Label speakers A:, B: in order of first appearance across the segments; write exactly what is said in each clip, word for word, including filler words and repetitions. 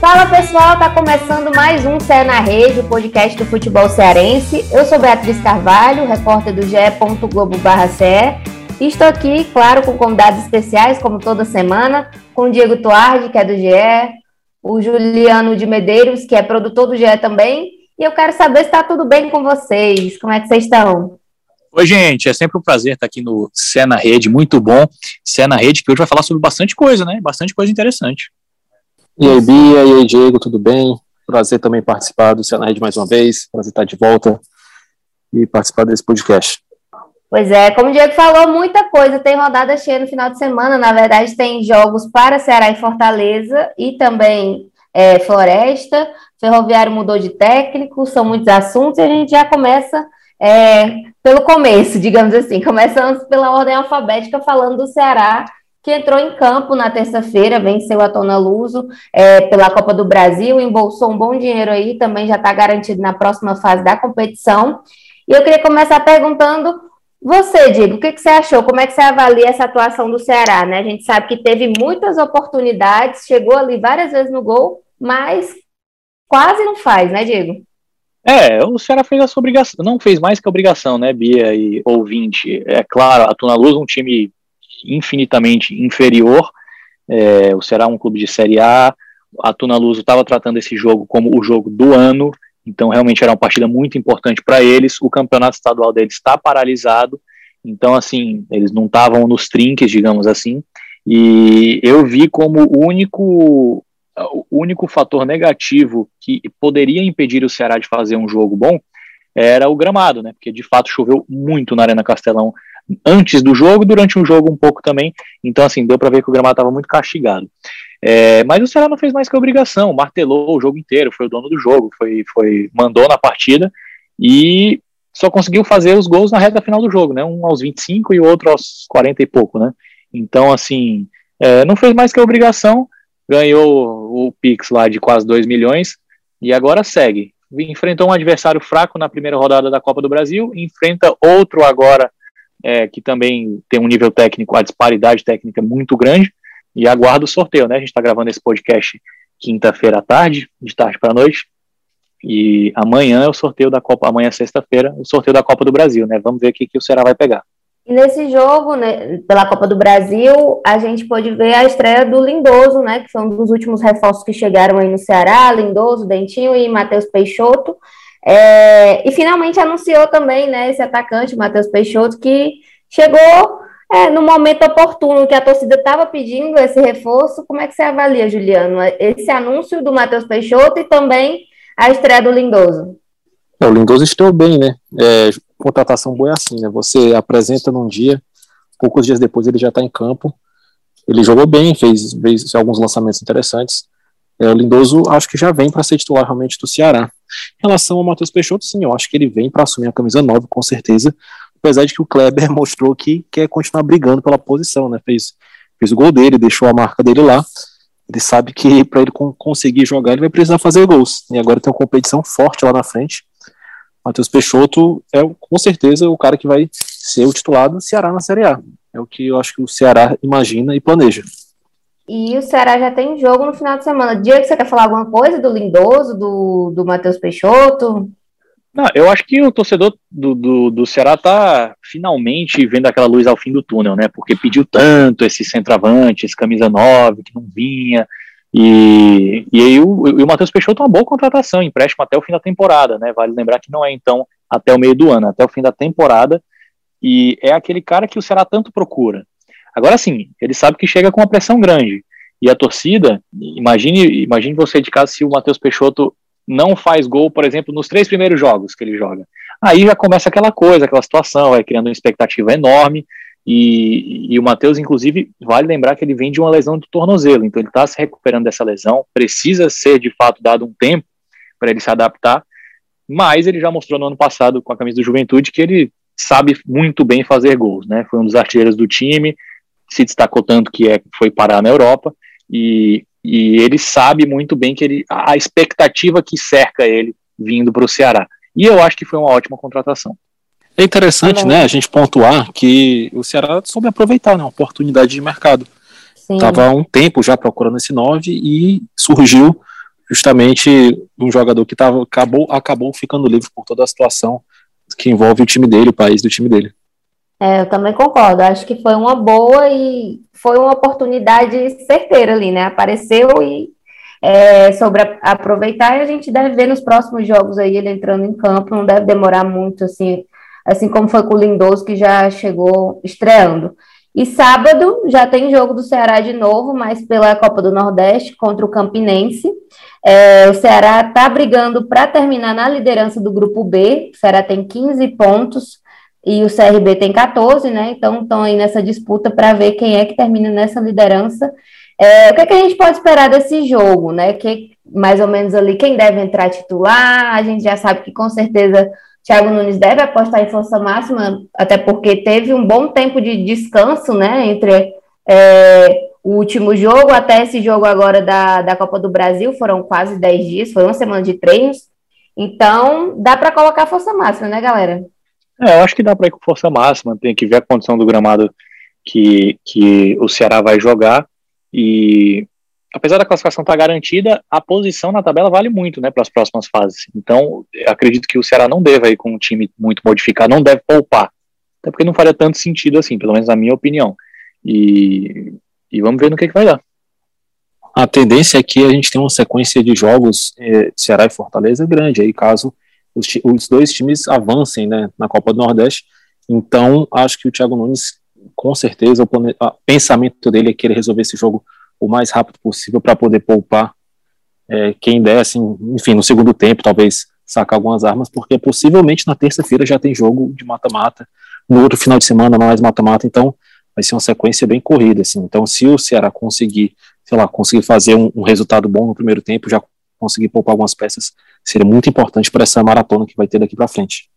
A: Fala pessoal, tá começando mais um C E na Rede, o podcast do futebol cearense. Eu sou Beatriz Carvalho, repórter do G E ponto globo barra C E. E estou aqui, claro, com convidados especiais, como toda semana, com o Diego Tuardi, que é do G E, o Juliano de Medeiros, que é produtor do G E também. E eu quero saber se está tudo bem com vocês, como é que vocês estão?
B: Oi, gente, é sempre um prazer estar aqui no C E na Rede, muito bom. C E na Rede, que hoje vai falar sobre bastante coisa, né? Bastante coisa interessante.
C: E aí, Bia, e aí, Diego, tudo bem? Prazer também participar do C E na Rede mais uma vez, prazer estar de volta e participar desse podcast.
A: Pois é, como o Diego falou, muita coisa, tem rodada cheia no final de semana, na verdade tem jogos para Ceará e Fortaleza e também é, Floresta, Ferroviário mudou de técnico, são muitos assuntos e a gente já começa é, pelo começo, digamos assim, começamos pela ordem alfabética falando do Ceará, que entrou em campo na terça-feira, venceu a Tona Luso é, pela Copa do Brasil, embolsou um bom dinheiro aí, também já está garantido na próxima fase da competição. E eu queria começar perguntando, você, Diego, o que, que você achou? Como é que você avalia essa atuação do Ceará, né? A gente sabe que teve muitas oportunidades, chegou ali várias vezes no gol, mas quase não faz, né, Diego?
B: É, o Ceará fez a sua obrigação, não fez mais que a obrigação, né, Bia e ouvinte. É claro, a Tona Luso é um time infinitamente inferior, é, o Ceará é um clube de Série A, a Tona Luso estava tratando esse jogo como o jogo do ano, então realmente era uma partida muito importante para eles, o campeonato estadual deles está paralisado, então assim, eles não estavam nos trinques, digamos assim, e eu vi como o único, o único fator negativo que poderia impedir o Ceará de fazer um jogo bom era o gramado, né, porque de fato choveu muito na Arena Castelão antes do jogo, durante o jogo um pouco também, então assim, deu para ver que o gramado estava muito castigado. É, mas o Ceará não fez mais que a obrigação, martelou o jogo inteiro, foi o dono do jogo, foi, foi, mandou na partida e só conseguiu fazer os gols na reta final do jogo, né, um aos vinte e cinco e o outro aos quarenta e pouco, né, então assim, é, não fez mais que a obrigação, ganhou o Pix lá de quase dois milhões e agora segue, enfrentou um adversário fraco na primeira rodada da Copa do Brasil, enfrenta outro agora É, que também tem um nível técnico, a disparidade técnica muito grande, e aguarda o sorteio, né? A gente está gravando esse podcast quinta-feira à tarde, de tarde para a noite, e amanhã é o sorteio da Copa, amanhã é sexta-feira, o sorteio da Copa do Brasil, né? Vamos ver o que, que o Ceará vai pegar.
A: E nesse jogo, né, pela Copa do Brasil, a gente pôde ver a estreia do Lindoso, né? Que foi um dos últimos reforços que chegaram aí no Ceará, Lindoso, Dentinho e Matheus Peixoto. É, e finalmente anunciou também, né, esse atacante, Matheus Peixoto, que chegou é, no momento oportuno que a torcida estava pedindo esse reforço. Como é que você avalia, Juliano, esse anúncio do Matheus Peixoto e também a estreia do Lindoso?
C: É, o Lindoso estreou bem, né? É, contratação boa é assim, né? Você apresenta num dia, poucos dias depois ele já está em campo. Ele jogou bem, fez, fez alguns lançamentos interessantes. É, o Lindoso acho que já vem para ser titular realmente do Ceará. Em relação ao Matheus Peixoto, sim, eu acho que ele vem para assumir a camisa nove, com certeza, apesar de que o Kleber mostrou que quer continuar brigando pela posição, né? Fez, fez o gol dele, deixou a marca dele lá. Ele sabe que para ele conseguir jogar, ele vai precisar fazer gols. E agora tem uma competição forte lá na frente. Matheus Peixoto é com certeza o cara que vai ser o titular do Ceará na Série A. É o que eu acho que o Ceará imagina e planeja.
A: E o Ceará já tem jogo no final de semana. Diego, você quer falar alguma coisa do Lindoso, do, do Matheus Peixoto?
B: Não, eu acho que o torcedor do, do, do Ceará tá finalmente vendo aquela luz ao fim do túnel, né? Porque pediu tanto esse centroavante, esse camisa nove, que não vinha. E, e aí o, o Matheus Peixoto é uma boa contratação, empréstimo até o fim da temporada, né? Vale lembrar que não é, então, até o meio do ano, até o fim da temporada. E é aquele cara que o Ceará tanto procura. Agora sim, ele sabe que chega com uma pressão grande. E a torcida, imagine, imagine você de casa se o Matheus Peixoto não faz gol, por exemplo, nos três primeiros jogos que ele joga. Aí já começa aquela coisa, aquela situação, vai criando uma expectativa enorme. E, e o Matheus, inclusive, vale lembrar que ele vem de uma lesão do tornozelo. Então ele está se recuperando dessa lesão. Precisa ser, de fato, dado um tempo para ele se adaptar. Mas ele já mostrou no ano passado, com a camisa do Juventude, que ele sabe muito bem fazer gols, né? Foi um dos artilheiros do time, se destacou tanto que é, foi parar na Europa, e, e ele sabe muito bem que ele, a expectativa que cerca ele vindo para o Ceará. E eu acho que foi uma ótima contratação.
C: É interessante, né, a gente pontuar que o Ceará soube aproveitar, né, uma oportunidade de mercado. Estava há um tempo já procurando esse nove e surgiu justamente um jogador que tava, acabou, acabou ficando livre por toda a situação que envolve o time dele, o país do time dele.
A: É, eu também concordo. Acho que foi uma boa e foi uma oportunidade certeira ali, né? Apareceu e é, sobre a, aproveitar, e a gente deve ver nos próximos jogos aí ele entrando em campo, não deve demorar muito, assim, assim como foi com o Lindoso, que já chegou estreando. E sábado já tem jogo do Ceará de novo, mas pela Copa do Nordeste contra o Campinense. É, o Ceará está brigando para terminar na liderança do grupo B. O Ceará tem quinze pontos e o C R B tem quatorze, né? Então estão aí nessa disputa para ver quem é que termina nessa liderança. É, o que, é que a gente pode esperar desse jogo, né? Que mais ou menos ali quem deve entrar titular, a gente já sabe que com certeza Thiago Nunes deve apostar em força máxima, até porque teve um bom tempo de descanso, né? Entre é, o último jogo até esse jogo agora da, da Copa do Brasil, foram quase dez dias, foi uma semana de treinos. Então, dá para colocar força máxima, né, galera?
B: É, eu acho que dá para ir com força máxima, tem que ver a condição do gramado que, que o Ceará vai jogar, e apesar da classificação estar garantida, a posição na tabela vale muito, né, para as próximas fases. Então, acredito que o Ceará não deve ir com um time muito modificado, não deve poupar, até porque não faria tanto sentido assim, pelo menos na minha opinião. E, e vamos ver no que, que vai dar.
C: A tendência é que a gente tenha uma sequência de jogos eh, Ceará e Fortaleza grande, aí caso os, os dois times avancem, né, na Copa do Nordeste. Então, acho que o Thiago Nunes, com certeza, o, plane... o pensamento dele é querer resolver esse jogo o mais rápido possível para poder poupar é, quem der, assim, enfim, no segundo tempo, talvez sacar algumas armas, porque possivelmente na terça-feira já tem jogo de mata-mata, no outro final de semana mais mata-mata, então vai ser uma sequência bem corrida, assim. Então, se o Ceará conseguir, sei lá, conseguir fazer um, um resultado bom no primeiro tempo, já conseguir poupar algumas peças, seria muito importante para essa maratona que vai ter daqui para frente.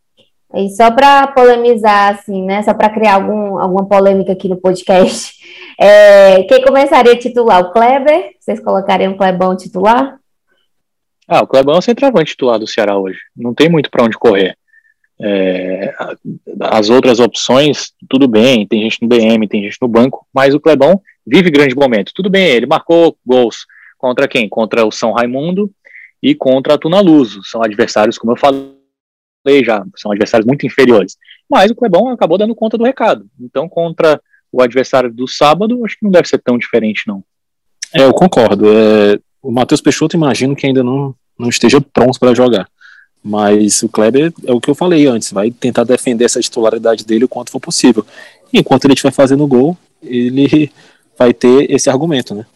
A: E só para polemizar, assim, né, só para criar algum, alguma polêmica aqui no podcast, é, quem começaria a titular? O Kleber? Vocês colocariam o Clebão titular?
B: Ah, o Clebão é o centroavante titular do Ceará hoje, não tem muito para onde correr. É, as outras opções, tudo bem, tem gente no D M, tem gente no banco, mas o Clebão vive grande momento. Tudo bem, ele marcou gols contra quem? Contra o São Raimundo e contra a Tunaluso, são adversários, como eu falei já, são adversários muito inferiores, mas o Clebão acabou dando conta do recado. Então, contra o adversário do sábado, acho que não deve ser tão diferente, não.
C: É, eu concordo. É, o Matheus Peixoto, imagino que ainda não, não esteja pronto para jogar, mas o Kleber, é o que eu falei antes, vai tentar defender essa titularidade dele o quanto for possível. E enquanto ele estiver fazendo gol, ele vai ter esse argumento, né?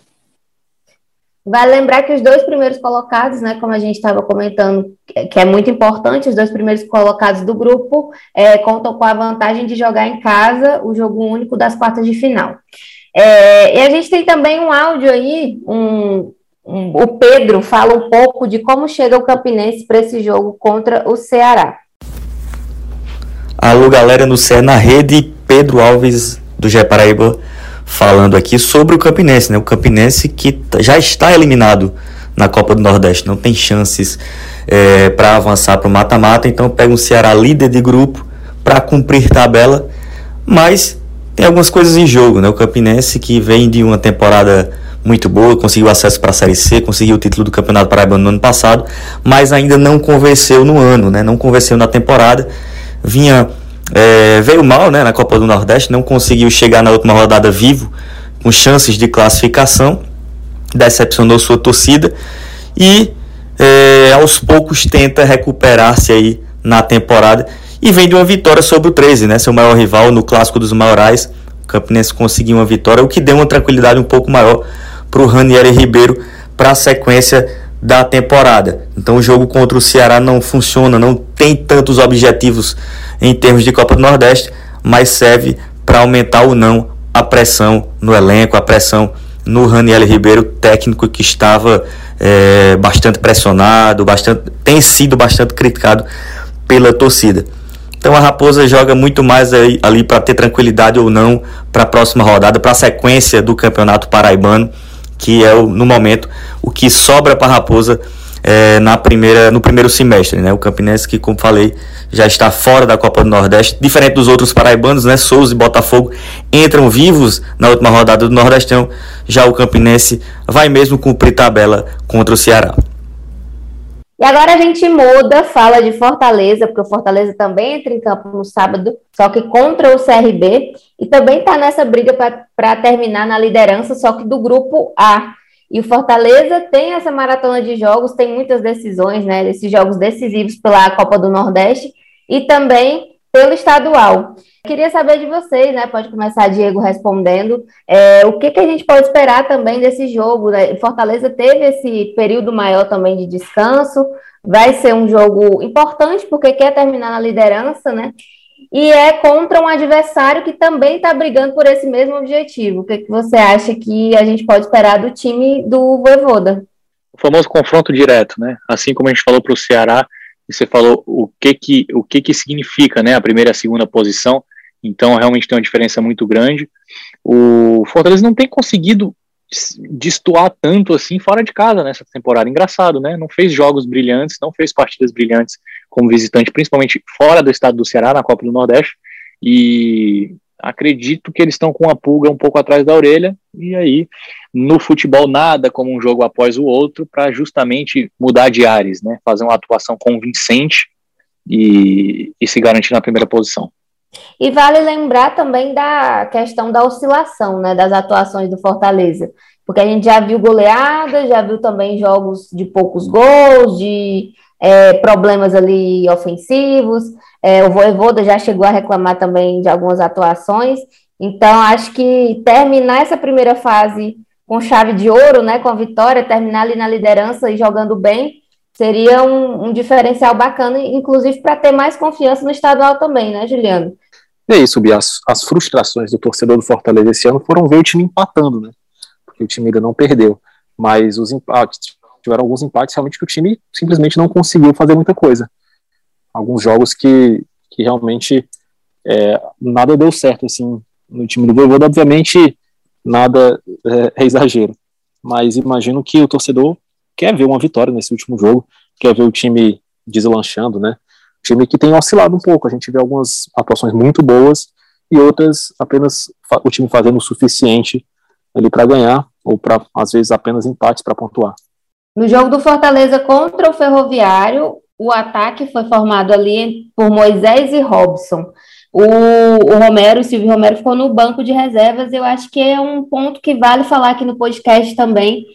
A: Vale lembrar que os dois primeiros colocados, né, como a gente estava comentando, que é muito importante, os dois primeiros colocados do grupo é, contam com a vantagem de jogar em casa o jogo único das quartas de final. É, e a gente tem também um áudio aí, um, um, o Pedro fala um pouco de como chega o Campinense para esse jogo contra o Ceará.
D: Alô, galera, no Cé na rede, Pedro Alves do G E Paraíba, falando aqui sobre o Campinense, né? O Campinense que já está eliminado na Copa do Nordeste, não tem chances é, para avançar para o mata-mata, então pega um Ceará líder de grupo para cumprir tabela, mas tem algumas coisas em jogo, né? O Campinense que vem de uma temporada muito boa, conseguiu acesso para a Série C, conseguiu o título do Campeonato Paraibano no ano passado, mas ainda não convenceu no ano, né? Não convenceu na temporada, vinha... É, veio mal, né, na Copa do Nordeste, não conseguiu chegar na última rodada vivo, com chances de classificação, decepcionou sua torcida e é, aos poucos tenta recuperar-se aí na temporada e vem de uma vitória sobre o treze, né, seu maior rival no Clássico dos Maiorais. O Campinense conseguiu uma vitória, o que deu uma tranquilidade um pouco maior para o Ranieri Ribeiro para a sequência da temporada. Então o jogo contra o Ceará não funciona, não tem tantos objetivos em termos de Copa do Nordeste, mas serve para aumentar ou não a pressão no elenco, a pressão no Ranieri Ribeiro, técnico que estava é, bastante pressionado, bastante, tem sido bastante criticado pela torcida. Então a Raposa joga muito mais aí, ali para ter tranquilidade ou não para a próxima rodada, para a sequência do Campeonato Paraibano, que é o, no momento o que sobra para a Raposa é, na primeira, no primeiro semestre, né? O Campinense que, como falei, já está fora da Copa do Nordeste, diferente dos outros paraibanos, né? Souza e Botafogo entram vivos na última rodada do Nordestão, já o Campinense vai mesmo cumprir tabela contra o Ceará.
A: E agora a gente muda, fala de Fortaleza, porque o Fortaleza também entra em campo no sábado, só que contra o C R B, e também está nessa briga para terminar na liderança, só que do grupo A. E o Fortaleza tem essa maratona de jogos, tem muitas decisões, né, desses jogos decisivos pela Copa do Nordeste e também pelo estadual. Queria saber de vocês, né, pode começar Diego respondendo, é, o que, que a gente pode esperar também desse jogo, né? Fortaleza teve esse período maior também de descanso, vai ser um jogo importante porque quer terminar na liderança, né, e é contra um adversário que também está brigando por esse mesmo objetivo. O que, que você acha que a gente pode esperar do time do Vojvoda?
B: O famoso confronto direto, né? Assim como a gente falou para o Ceará, você falou o que que, o que que significa, né, a primeira e a segunda posição, então realmente tem uma diferença muito grande. O Fortaleza não tem conseguido destoar tanto assim fora de casa nessa temporada, engraçado, né, não fez jogos brilhantes, não fez partidas brilhantes como visitante, principalmente fora do estado do Ceará, na Copa do Nordeste, e acredito que eles estão com a pulga um pouco atrás da orelha, e aí, no futebol, nada como um jogo após o outro, para justamente mudar de ares, né, fazer uma atuação convincente e, e se garantir na primeira posição.
A: E vale lembrar também da questão da oscilação, né, das atuações do Fortaleza, porque a gente já viu goleadas, já viu também jogos de poucos gols, de é, problemas ali ofensivos, é, o Vojvoda já chegou a reclamar também de algumas atuações, então acho que terminar essa primeira fase com chave de ouro, né, com a vitória, terminar ali na liderança e jogando bem, seria um, um diferencial bacana, inclusive para ter mais confiança no estadual também, né, Juliano?
C: É isso, Bia, as, as frustrações do torcedor do Fortaleza esse ano foram ver o time empatando, né, porque o time ainda não perdeu, mas os empates, tiveram alguns empates realmente que o time simplesmente não conseguiu fazer muita coisa, alguns jogos que, que realmente é, nada deu certo, assim, no time do Vojvoda, obviamente nada é, é exagero, mas imagino que o torcedor quer ver uma vitória nesse último jogo, quer ver o time deslanchando, né, time que tem oscilado um pouco, a gente vê algumas atuações muito boas e outras apenas o time fazendo o suficiente ali para ganhar, ou para, às vezes, apenas empates para pontuar.
A: No jogo do Fortaleza contra o Ferroviário, o ataque foi formado ali por Moisés e Robson. O, o Romero, o Silvio Romero ficou no banco de reservas, eu acho que é um ponto que vale falar aqui no podcast também,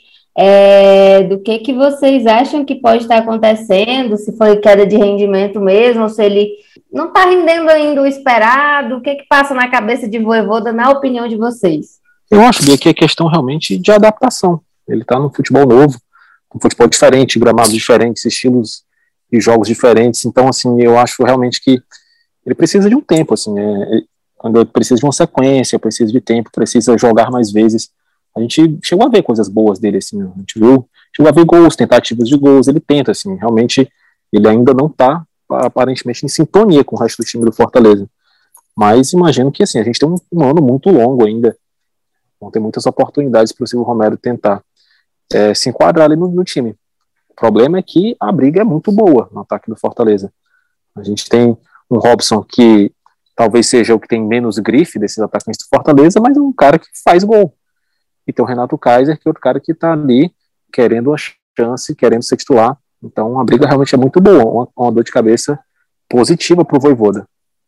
A: É, do que, que vocês acham que pode estar acontecendo, se foi queda de rendimento mesmo, ou se ele não está rendendo ainda o esperado, o que, que passa na cabeça de Vojvoda, na opinião de vocês?
C: Eu acho que aqui é questão realmente de adaptação. Ele está no futebol novo, um futebol diferente, gramados diferentes, estilos de jogos diferentes, então assim, eu acho realmente que ele precisa de um tempo, assim, é, ele precisa de uma sequência, precisa de tempo, precisa jogar mais vezes. A gente chegou a ver coisas boas dele, assim, a gente viu, chegou a ver gols, tentativas de gols, ele tenta, assim, realmente ele ainda não está aparentemente em sintonia com o resto do time do Fortaleza, mas imagino que, assim, a gente tem um, um ano muito longo ainda, vão ter muitas oportunidades para o Silvio Romero tentar é, se enquadrar ali no, no time. O problema é que a briga é muito boa no ataque do Fortaleza. A gente tem um Robson que talvez seja o que tem menos grife desses atacantes do Fortaleza, mas é um cara que faz gol. E tem o Renato Kaiser, que é outro cara que está ali querendo a chance, querendo ser titular. Então a briga realmente é muito boa, uma, uma dor de cabeça positiva para o Vojvoda.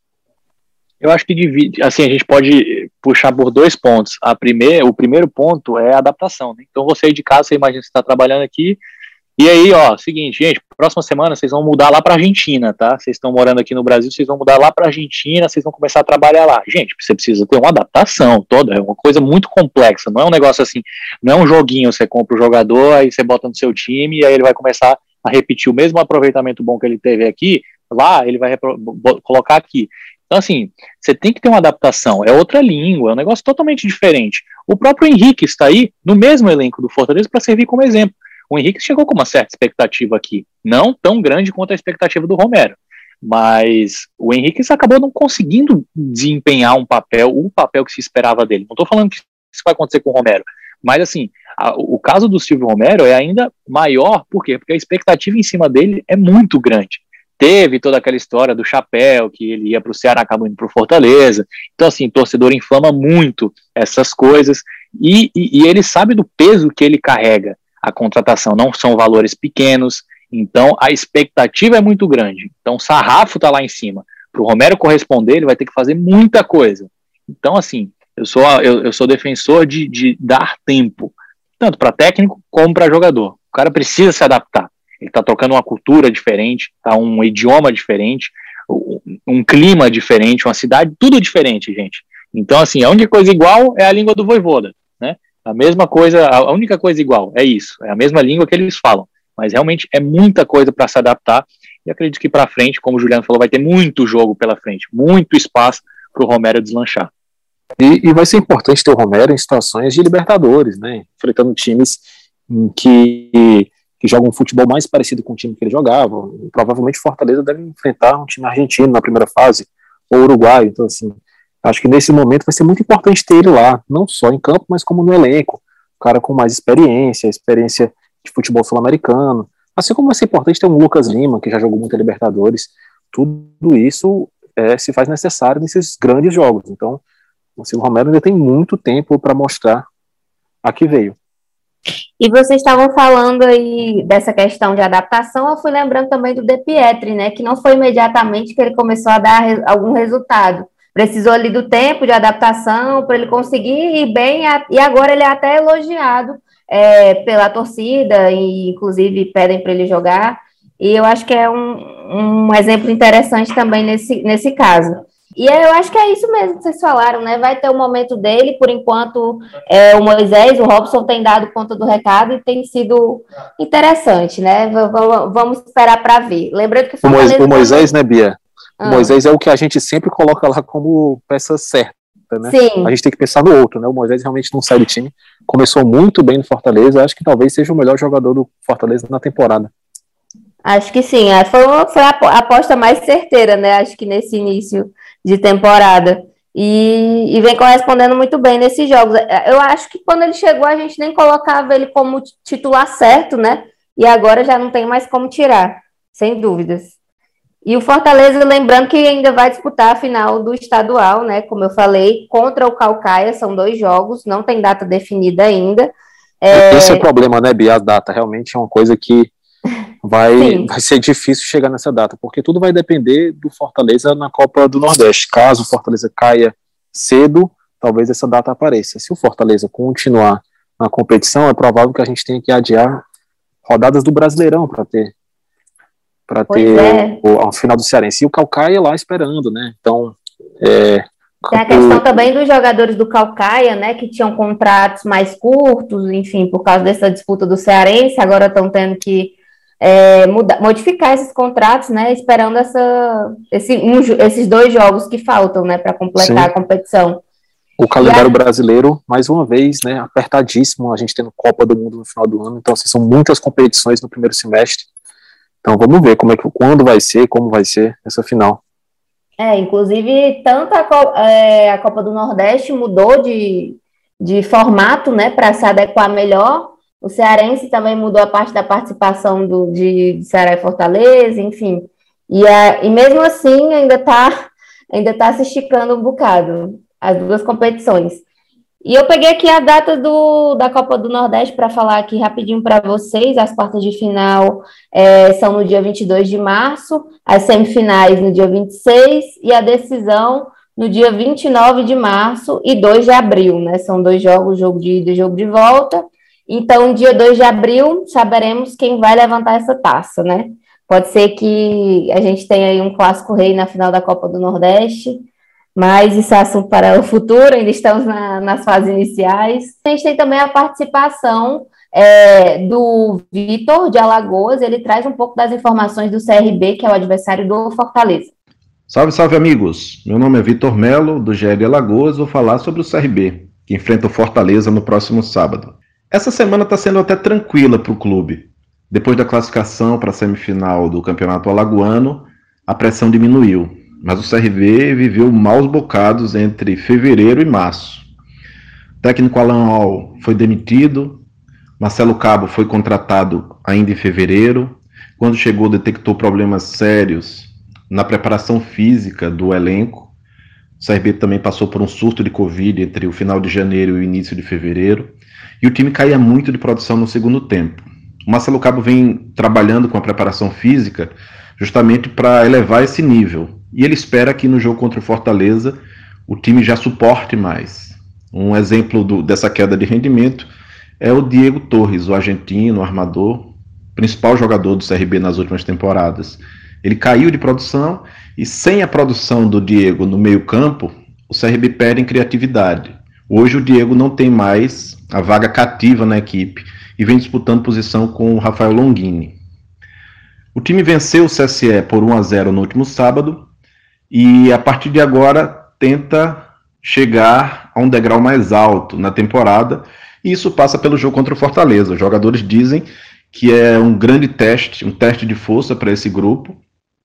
B: Eu acho que divide, assim, a gente pode puxar por dois pontos. A primeira, o primeiro ponto é a adaptação, né? Então você aí de casa, você imagina que você está trabalhando aqui, e aí, ó, seguinte, gente, próxima semana vocês vão mudar lá para Argentina, tá? Vocês estão morando aqui no Brasil, vocês vão mudar lá para Argentina, vocês vão começar a trabalhar lá. Gente, você precisa ter uma adaptação toda, é uma coisa muito complexa, não é um negócio assim, não é um joguinho, você compra o jogador, aí você bota no seu time, e aí ele vai começar a repetir o mesmo aproveitamento bom que ele teve aqui, lá, ele vai repro- colocar aqui. Então, assim, você tem que ter uma adaptação, é outra língua, é um negócio totalmente diferente. O próprio Henrique está aí, no mesmo elenco do Fortaleza, para servir como exemplo. O Henrique chegou com uma certa expectativa aqui, não tão grande quanto a expectativa do Romero, mas o Henrique acabou não conseguindo desempenhar um papel, o papel que se esperava dele. Não estou falando que isso vai acontecer com o Romero, Mas assim, a, o caso do Silvio Romero é ainda maior, por quê? Porque a expectativa em cima dele é muito grande. Teve toda aquela história do chapéu, que ele ia para o Ceará, acabou indo para o Fortaleza. Então, assim, o torcedor inflama muito essas coisas. E, e, e ele sabe do peso que ele carrega. A contratação não são valores pequenos. Então, a expectativa é muito grande. Então, o sarrafo está lá em cima. Para o Romero corresponder, ele vai ter que fazer muita coisa. Então, assim, eu sou, eu, eu sou defensor de, de dar tempo. Tanto para técnico como para jogador. O cara precisa se adaptar. Ele está trocando uma cultura diferente, tá um idioma diferente, um clima diferente, uma cidade, tudo diferente, gente. Então, assim, a única coisa igual é a língua do Vojvoda, né? A mesma coisa, a única coisa igual é isso, é a mesma língua que eles falam. Mas realmente é muita coisa para se adaptar. E acredito que para frente, como o Juliano falou, vai ter muito jogo pela frente, muito espaço para o Romero deslanchar.
C: E, e vai ser importante ter o Romero em situações de Libertadores, né? Enfrentando times em que que joga um futebol mais parecido com o time que ele jogava. Provavelmente o Fortaleza deve enfrentar um time argentino na primeira fase, ou uruguaio. Então, assim, acho que nesse momento vai ser muito importante ter ele lá, não só em campo, mas como no elenco. Um cara com mais experiência, experiência de futebol sul-americano. Assim como vai ser importante ter um Lucas Lima, que já jogou muito a Libertadores. Tudo isso é, se faz necessário nesses grandes jogos. Então, o Silvio Romero ainda tem muito tempo para mostrar a que veio.
A: E vocês estavam falando aí dessa questão de adaptação, eu fui lembrando também do De Pietri, né, que não foi imediatamente que ele começou a dar re- algum resultado. Precisou ali do tempo de adaptação para ele conseguir ir bem, a- e agora ele é até elogiado é, pela torcida, e inclusive pedem para ele jogar, e eu acho que é um, um exemplo interessante também nesse, nesse caso. E eu acho que é isso mesmo que vocês falaram, né? Vai ter o momento dele, por enquanto é, o Moisés, o Robson tem dado conta do recado e tem sido interessante, né? V- v- vamos esperar para ver. Lembrando que o
C: O, Mois,
A: Fortaleza
C: o Moisés,
A: também-
C: né, Bia?
A: Ah.
C: O Moisés é o que a gente sempre coloca lá como peça certa, né?
A: Sim.
C: A gente tem que pensar no outro, né? O Moisés realmente não sai do time. Começou muito bem no Fortaleza, acho que talvez seja o melhor jogador do Fortaleza na temporada.
A: Acho que sim, é, foi, uma- foi a apo- a aposta mais certeira, né? Acho que nesse início de temporada. E, e vem correspondendo muito bem nesses jogos. Eu acho que quando ele chegou, a gente nem colocava ele como t- titular certo, né? E agora já não tem mais como tirar, sem dúvidas. E o Fortaleza, lembrando que ainda vai disputar a final do estadual, né? Como eu falei, contra o Caucaia, são dois jogos, não tem data definida ainda. É,
C: Esse é o problema, né, Bia? A data realmente é uma coisa que vai,
A: Sim.
C: vai ser difícil chegar nessa data, porque tudo vai depender do Fortaleza na Copa do Nordeste. Caso o Fortaleza caia cedo, talvez essa data apareça. Se o Fortaleza continuar na competição, é provável que a gente tenha que adiar rodadas do Brasileirão para ter para
A: Pois
C: ter
A: é.
C: o, o final do Cearense. E o Caucaia lá esperando, né? Então, é,
A: Tem a questão também dos jogadores do Caucaia, né, que tinham contratos mais curtos, enfim, por causa dessa disputa do Cearense, agora estão tendo que é, muda- modificar esses contratos, né, esperando essa, esse, um jo- esses dois jogos que faltam, né, para completar
C: Sim.
A: a competição.
C: o calendário
A: E a-
C: brasileiro, mais uma vez, né, apertadíssimo, a gente tendo Copa do Mundo no final do ano, então assim, são muitas competições no primeiro semestre. Então vamos ver como é que, quando vai ser, como vai ser essa final.
A: É, inclusive, tanto a, Co- é, a Copa do Nordeste mudou de, de formato, né, para se adequar melhor. O Cearense também mudou a parte da participação do, de, de Ceará e Fortaleza, enfim. E, a, e mesmo assim, ainda está ainda tá se esticando um bocado, as duas competições. E eu peguei aqui a data do, da Copa do Nordeste para falar aqui rapidinho para vocês. As quartas de final é, são no dia vinte e dois de março, as semifinais no dia vinte e seis e a decisão no dia vinte e nove de março e dois de abril, né? São dois jogos, jogo de ida e jogo de volta. Então, dia dois de abril, saberemos quem vai levantar essa taça, né? Pode ser que a gente tenha aí um clássico rei na final da Copa do Nordeste, mas isso é assunto para o futuro, ainda estamos na, nas fases iniciais. A gente tem também a participação é, do Vitor, de Alagoas, ele traz um pouco das informações do C R B, que é o adversário do Fortaleza.
E: Salve, salve amigos! Meu nome é Vitor Melo, do G L Alagoas, vou falar sobre o C R B, que enfrenta o Fortaleza no próximo sábado. Essa semana está sendo até tranquila para o clube. Depois da classificação para a semifinal do Campeonato Alagoano, a pressão diminuiu. Mas o C R B viveu maus bocados entre fevereiro e março. técnico Alan Al foi demitido, Marcelo Cabo foi contratado ainda em fevereiro. Quando chegou, detectou problemas sérios na preparação física do elenco. O C R B também passou por um surto de Covid entre o final de janeiro e o início de fevereiro. E o time caía muito de produção no segundo tempo. O Marcelo Cabo vem trabalhando com a preparação física justamente para elevar esse nível. E ele espera que no jogo contra o Fortaleza o time já suporte mais. Um exemplo do, dessa queda de rendimento é o Diego Torres, o argentino, o armador, principal jogador do C R B nas últimas temporadas. Ele caiu de produção e sem a produção do Diego no meio campo, o C R B perde em criatividade. Hoje o Diego não tem mais a vaga cativa na equipe e vem disputando posição com o Rafael Longini. O time venceu o C S E por um a zero no último sábado e a partir de agora tenta chegar a um degrau mais alto na temporada, e isso passa pelo jogo contra o Fortaleza. Os jogadores dizem que é um grande teste, um teste de força para esse grupo,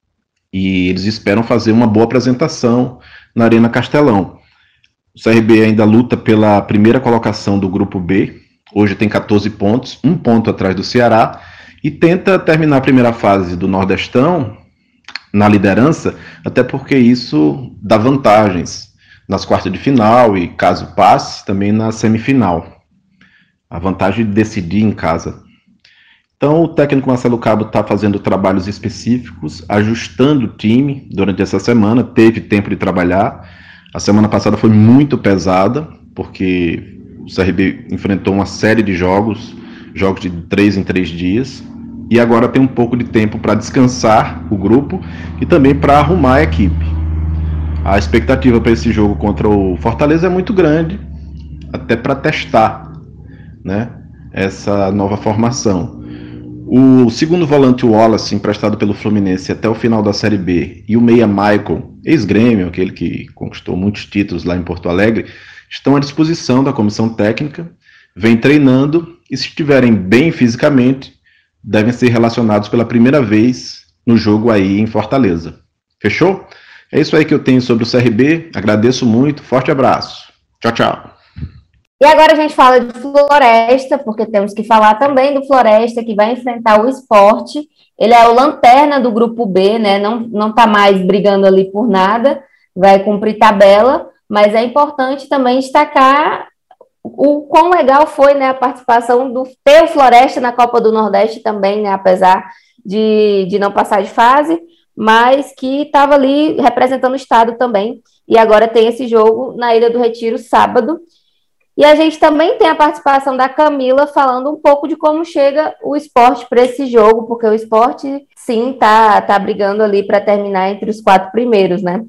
E: e eles esperam fazer uma boa apresentação na Arena Castelão. O C R B ainda luta pela primeira colocação do grupo B, hoje tem catorze pontos, um ponto atrás do Ceará, e tenta terminar a primeira fase do Nordestão na liderança, até porque isso dá vantagens nas quartas de final e, caso passe, também na semifinal. A vantagem de decidir em casa. Então, o técnico Marcelo Cabo está fazendo trabalhos específicos, ajustando o time durante essa semana, teve tempo de trabalhar. A semana passada foi muito pesada, porque o C R B enfrentou uma série de jogos, jogos de três em três dias, e agora tem um pouco de tempo para descansar o grupo e também para arrumar a equipe. A expectativa para esse jogo contra o Fortaleza é muito grande, até para testar, né, essa nova formação. O segundo volante Wallace, emprestado pelo Fluminense até o final da Série B, e o meia Michael, ex-Grêmio, aquele que conquistou muitos títulos lá em Porto Alegre, estão à disposição da comissão técnica, vem treinando e, se estiverem bem fisicamente, devem ser relacionados pela primeira vez no jogo aí em Fortaleza. Fechou? É isso aí que eu tenho sobre o C R B. Agradeço muito. Forte abraço. Tchau, tchau.
A: E agora a gente fala de Floresta, porque temos que falar também do Floresta, que vai enfrentar o Sport. Ele é o lanterna do grupo B, né? Não, não tá mais brigando ali por nada, vai cumprir tabela, mas é importante também destacar o quão legal foi, né, a participação do ter o Floresta na Copa do Nordeste também, né? Apesar de, de não passar de fase, mas que estava ali representando o estado também, e agora tem esse jogo na Ilha do Retiro, sábado. E a gente também tem a participação da Camila falando um pouco de como chega o Sport para esse jogo, porque o Sport, sim, tá, tá brigando ali para terminar entre os quatro primeiros, né?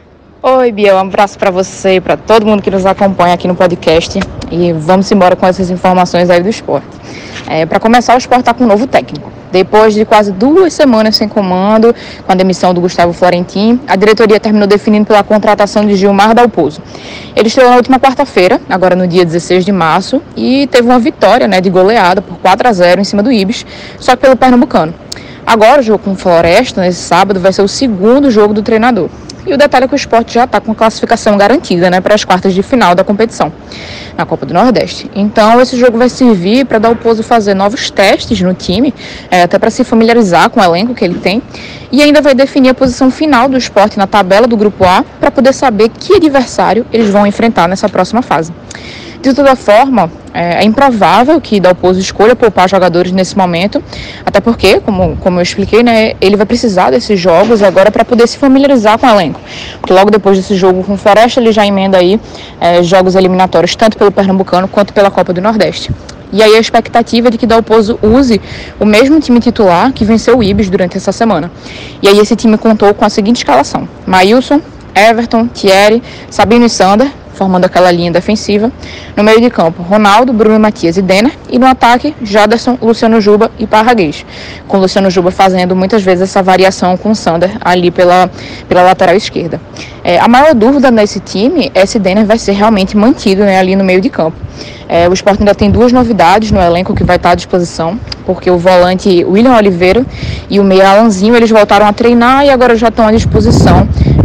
F: Oi, Bia, um abraço para você e para todo mundo que nos acompanha aqui no podcast, e vamos embora com essas informações aí do Sport. É, para começar, o Sport está com um novo técnico. Depois de quase duas semanas sem comando, com a demissão do Gustavo Florentin, a diretoria terminou definindo pela contratação de Gilmar Dalpozo. Ele estreou na última quarta-feira, agora no dia dezesseis de março, e teve uma vitória, né, de goleada por quatro a zero em cima do Ibis, só que pelo pernambucano. Agora o jogo com o Floresta, nesse sábado, vai ser o segundo jogo do treinador. E o detalhe é que o Sport já está com a classificação garantida, né, para as quartas de final da competição, na Copa do Nordeste. Então esse jogo vai servir para Dalpozo fazer novos testes no time, é, até para se familiarizar com o elenco que ele tem, e ainda vai definir a posição final do Sport na tabela do Grupo A, para poder saber que adversário eles vão enfrentar nessa próxima fase. De toda forma, é improvável que Dalpozo escolha poupar jogadores nesse momento, até porque, como, como eu expliquei, né, ele vai precisar desses jogos agora para poder se familiarizar com o elenco. Porque logo depois desse jogo com o Floresta, ele já emenda aí é, jogos eliminatórios, tanto pelo Pernambucano quanto pela Copa do Nordeste. E aí a expectativa é de que Dalpozo use o mesmo time titular que venceu o Ibis durante essa semana. E aí esse time contou com a seguinte escalação: Maílson, Everton, Thierry, Sabino e Sander, formando aquela linha defensiva. No meio de campo, Ronaldo, Bruno Matias e Denner. E no ataque, Jaderson, Luciano Juba e Parraguês, com Luciano Juba fazendo muitas vezes essa variação com o Sander ali pela, pela lateral esquerda. É, a maior dúvida nesse time é se Denner vai ser realmente mantido, né, ali no meio de campo. É, o Sport ainda tem duas novidades no elenco que vai estar à disposição, porque o volante William Oliveira e o meia Alanzinho, eles voltaram a treinar e agora já estão à disposição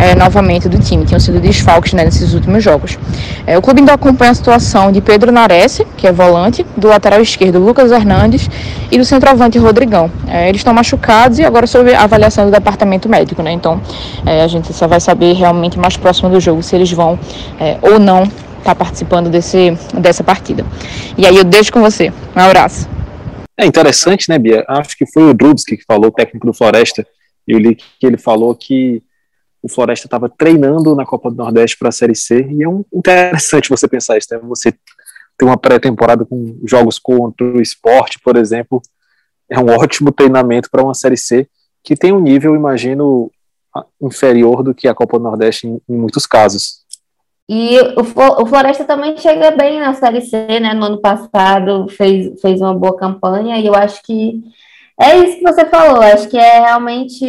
F: é, novamente do time, tinham sido desfalques, né, nesses últimos jogos. É, o clube ainda acompanha a situação de Pedro Nares, que é volante, do lateral esquerdo Lucas Hernandes e do centroavante Rodrigão. É, eles estão machucados e agora sob a avaliação do departamento médico, né? Então é, a gente só vai saber realmente mais próximo do jogo se eles vão é, ou não estar tá participando desse, dessa partida. E aí eu deixo com você. Um abraço.
C: É interessante, né, Bia? Acho que foi o Drubski que falou, o técnico do Floresta. Eu li que ele falou que o Floresta estava treinando na Copa do Nordeste para a Série C, e é um, interessante você pensar isso, né? Você ter uma pré-temporada com jogos contra o Sport, por exemplo, é um ótimo treinamento para uma Série C, que tem um nível, imagino, inferior do que a Copa do Nordeste em, em muitos casos.
A: E o, o Floresta também chega bem na Série C, né? No ano passado fez, fez uma boa campanha, e eu acho que é isso que você falou, acho que é realmente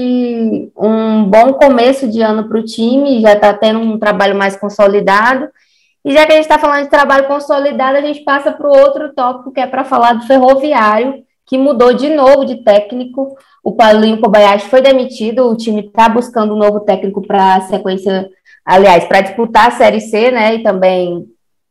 A: um bom começo de ano para o time, já está tendo um trabalho mais consolidado, e já que a gente está falando de trabalho consolidado, a gente passa para o outro tópico, que é para falar do Ferroviário, que mudou de novo de técnico. O Paulinho Kobayashi foi demitido, o time está buscando um novo técnico para a sequência, aliás, para disputar a Série C, né, e também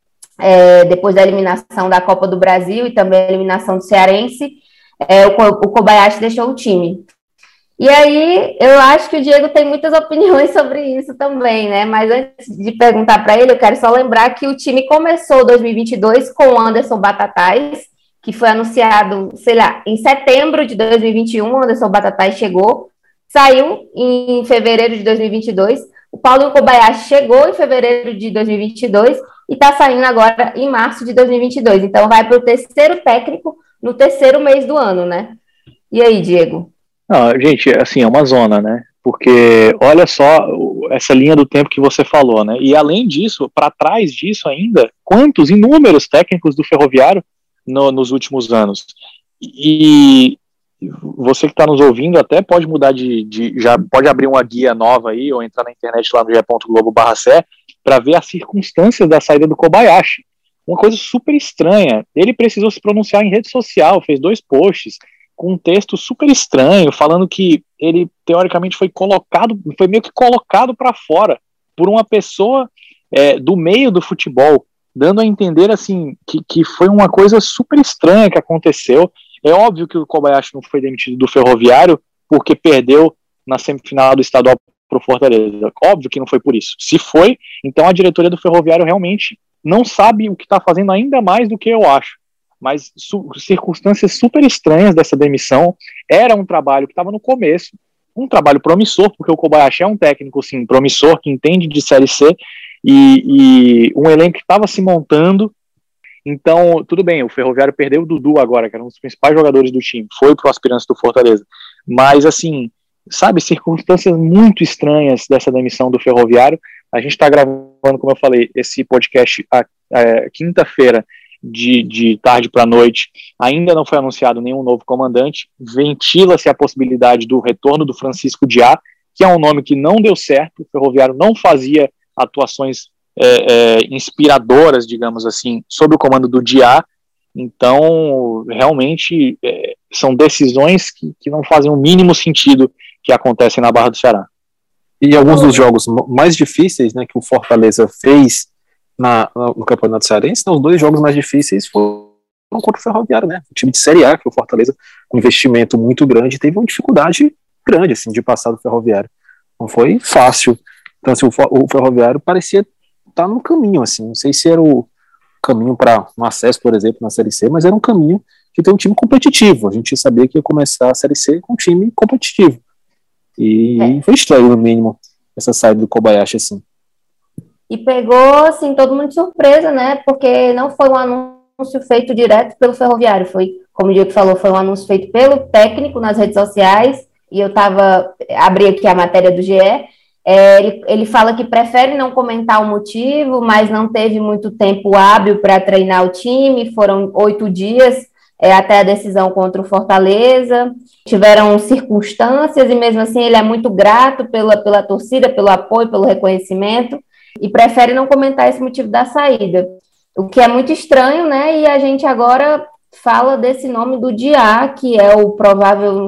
A: é, depois da eliminação da Copa do Brasil e também a eliminação do Cearense, é, o, o Kobayashi deixou o time. E aí, eu acho que o Diego tem muitas opiniões sobre isso também, né, mas antes de perguntar para ele, eu quero só lembrar que o time começou dois mil e vinte e dois com o Anderson Batatais, que foi anunciado, sei lá, em setembro de dois mil e vinte e um, o Anderson Batatais chegou, saiu em fevereiro de dois mil e vinte e dois, o Paulinho Kobayashi chegou em fevereiro de dois mil e vinte e dois e está saindo agora em março de dois mil e vinte e dois, então vai para o terceiro técnico no terceiro mês do ano, né? E aí, Diego?
B: Não, gente, assim, é uma zona, né? Porque olha só essa linha do tempo que você falou, né? E além disso, para trás disso ainda, quantos inúmeros técnicos do Ferroviário no, nos últimos anos. E você que está nos ouvindo até pode mudar de, de. Já pode abrir uma guia nova aí, ou entrar na internet lá no ge ponto globo barra sé para ver as circunstâncias da saída do Kobayashi. Uma coisa super estranha. Ele precisou se pronunciar em rede social, fez dois posts com um texto super estranho, falando que ele, teoricamente, foi colocado, foi meio que colocado para fora por uma pessoa é, do meio do futebol, dando a entender, assim, que, que foi uma coisa super estranha que aconteceu. É óbvio que o Kobayashi não foi demitido do Ferroviário porque perdeu na semifinal do estadual para o Fortaleza. Óbvio que não foi por isso. Se foi, então a diretoria do Ferroviário realmente não sabe o que está fazendo, ainda mais do que eu acho. Mas su- circunstâncias super estranhas dessa demissão. Era um trabalho que estava no começo, um trabalho promissor, porque o Kobayashi é um técnico, sim, promissor, que entende de Série C, e, e um elenco que estava se montando. Então, tudo bem, o Ferroviário perdeu o Dudu agora, que era um dos principais jogadores do time, foi pro aspirante do Fortaleza. Mas, assim, sabe, circunstâncias muito estranhas dessa demissão do Ferroviário. A gente está gravando, como eu falei, esse podcast a, a, quinta-feira, de, de tarde para noite. Ainda não foi anunciado nenhum novo comandante. Ventila-se a possibilidade do retorno do Francisco Diá, que é um nome que não deu certo. O Ferroviário não fazia atuações é, é, inspiradoras, digamos assim, sob o comando do Diá. Então, realmente, é, são decisões que, que não fazem o mínimo sentido que acontecem na Barra do Ceará.
C: E alguns dos jogos mais difíceis, né, que o Fortaleza fez na, no Campeonato Cearense, né, os dois jogos mais difíceis foram contra o Ferroviário, né? O time de Série A, que o Fortaleza, com um investimento muito grande, teve uma dificuldade grande, assim, de passar do Ferroviário. Não foi fácil. Então, assim, o, o Ferroviário parecia estar no caminho, assim, não sei se era o caminho para um acesso, por exemplo, na Série C, mas era um caminho de ter um time competitivo. A gente sabia que ia começar a Série C com um time competitivo. E é. Foi estranho, no mínimo, essa saída do Kobayashi, assim.
A: E pegou, assim, todo mundo de surpresa, né? Porque não foi um anúncio feito direto pelo Ferroviário. Foi, como o Diego falou, foi um anúncio feito pelo técnico nas redes sociais. E eu tava, abri aqui a matéria do G E. É, ele, ele fala que prefere não comentar o motivo, mas não teve muito tempo hábil para treinar o time. Foram oito dias é, até a decisão contra o Fortaleza. Tiveram circunstâncias e mesmo assim ele é muito grato pela, pela torcida, pelo apoio, pelo reconhecimento e prefere não comentar esse motivo da saída, o que é muito estranho, né? E a gente agora fala desse nome do Diá, que é o provável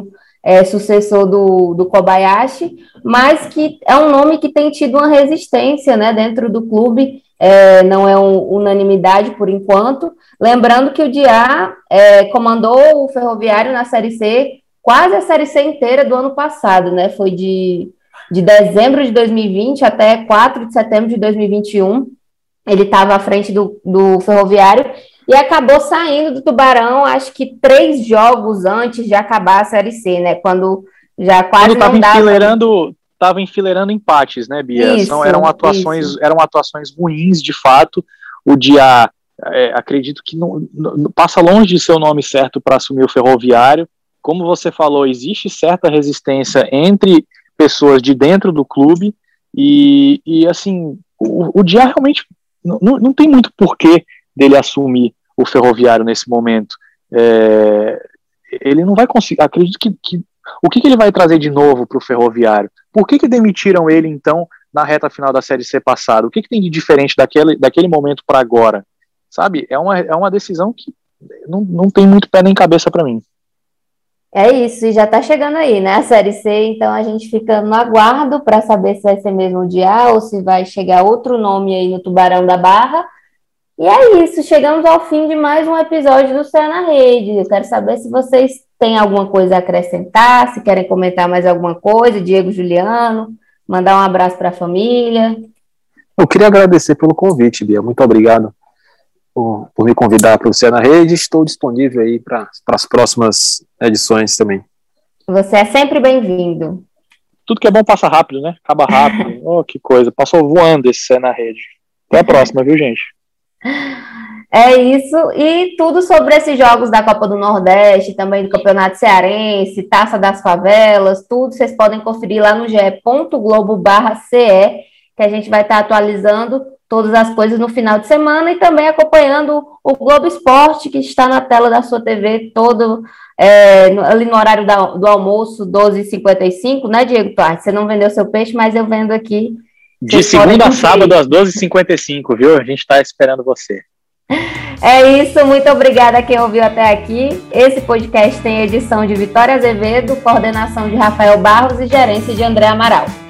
A: é, sucessor do, do Kobayashi, mas que é um nome que tem tido uma resistência, né, dentro do clube, é, não é um, unanimidade por enquanto. Lembrando que o Diá é, comandou o Ferroviário na Série C, quase a Série C inteira do ano passado, né? Foi de, de dezembro de dois mil e vinte até quatro de setembro de dois mil e vinte e um. Ele estava à frente do, do Ferroviário e acabou saindo do Tubarão, acho que três jogos antes de acabar a Série C, né? Quando já quase
B: Quando
A: não dava...
B: enfileirando, estava enfileirando empates, né, Bia?
A: Isso,
B: São, eram, atuações,
A: isso.
B: eram atuações ruins, de fato. O Diá, é, acredito que não, não, passa longe de ser o nome certo para assumir o Ferroviário. Como você falou, existe certa resistência entre pessoas de dentro do clube e, e assim, o, o Diá realmente não, não tem muito porquê dele assumir o Ferroviário nesse momento. É, ele não vai conseguir, acredito que, que o que, que ele vai trazer de novo para o Ferroviário? Por que, que demitiram ele, então, na reta final da Série C passada? O que, que tem de diferente daquele, daquele momento para agora? Sabe, é uma, é uma decisão que não, não tem muito pé nem cabeça para mim.
A: É isso, e já está chegando aí, né, a Série C, então a gente fica no aguardo para saber se vai ser mesmo o Diá ou se vai chegar outro nome aí no Tubarão da Barra. E é isso, chegamos ao fim de mais um episódio do Céu na Rede. Eu quero saber se vocês têm alguma coisa a acrescentar, se querem comentar mais alguma coisa, Diego, Juliano, mandar um abraço para a família.
C: Eu queria agradecer pelo convite, Bia, muito obrigado por, por me convidar para o Céu na Rede. Estou disponível aí para as próximas edições também.
A: Você é sempre bem-vindo.
B: Tudo que é bom passa rápido, né? Acaba rápido. Oh, que coisa, passou voando esse Céu na Rede. Até a próxima, viu, gente?
A: É isso, e tudo sobre esses jogos da Copa do Nordeste, também do Campeonato Cearense, Taça das Favelas, tudo vocês podem conferir lá no ge ponto globo barra ce, que a gente vai estar atualizando todas as coisas no final de semana e também acompanhando o Globo Esporte, que está na tela da sua T V todo, é, ali no horário da, do almoço, doze e cinquenta e cinco, né, Diego? Tá, você não vendeu seu peixe, mas eu vendo aqui.
B: De segunda a sábado, às doze e cinquenta e cinco, viu? A gente está esperando você.
A: É isso, muito obrigada a quem ouviu até aqui. Esse podcast tem edição de Vitória Azevedo, coordenação de Rafael Barros e gerência de André Amaral.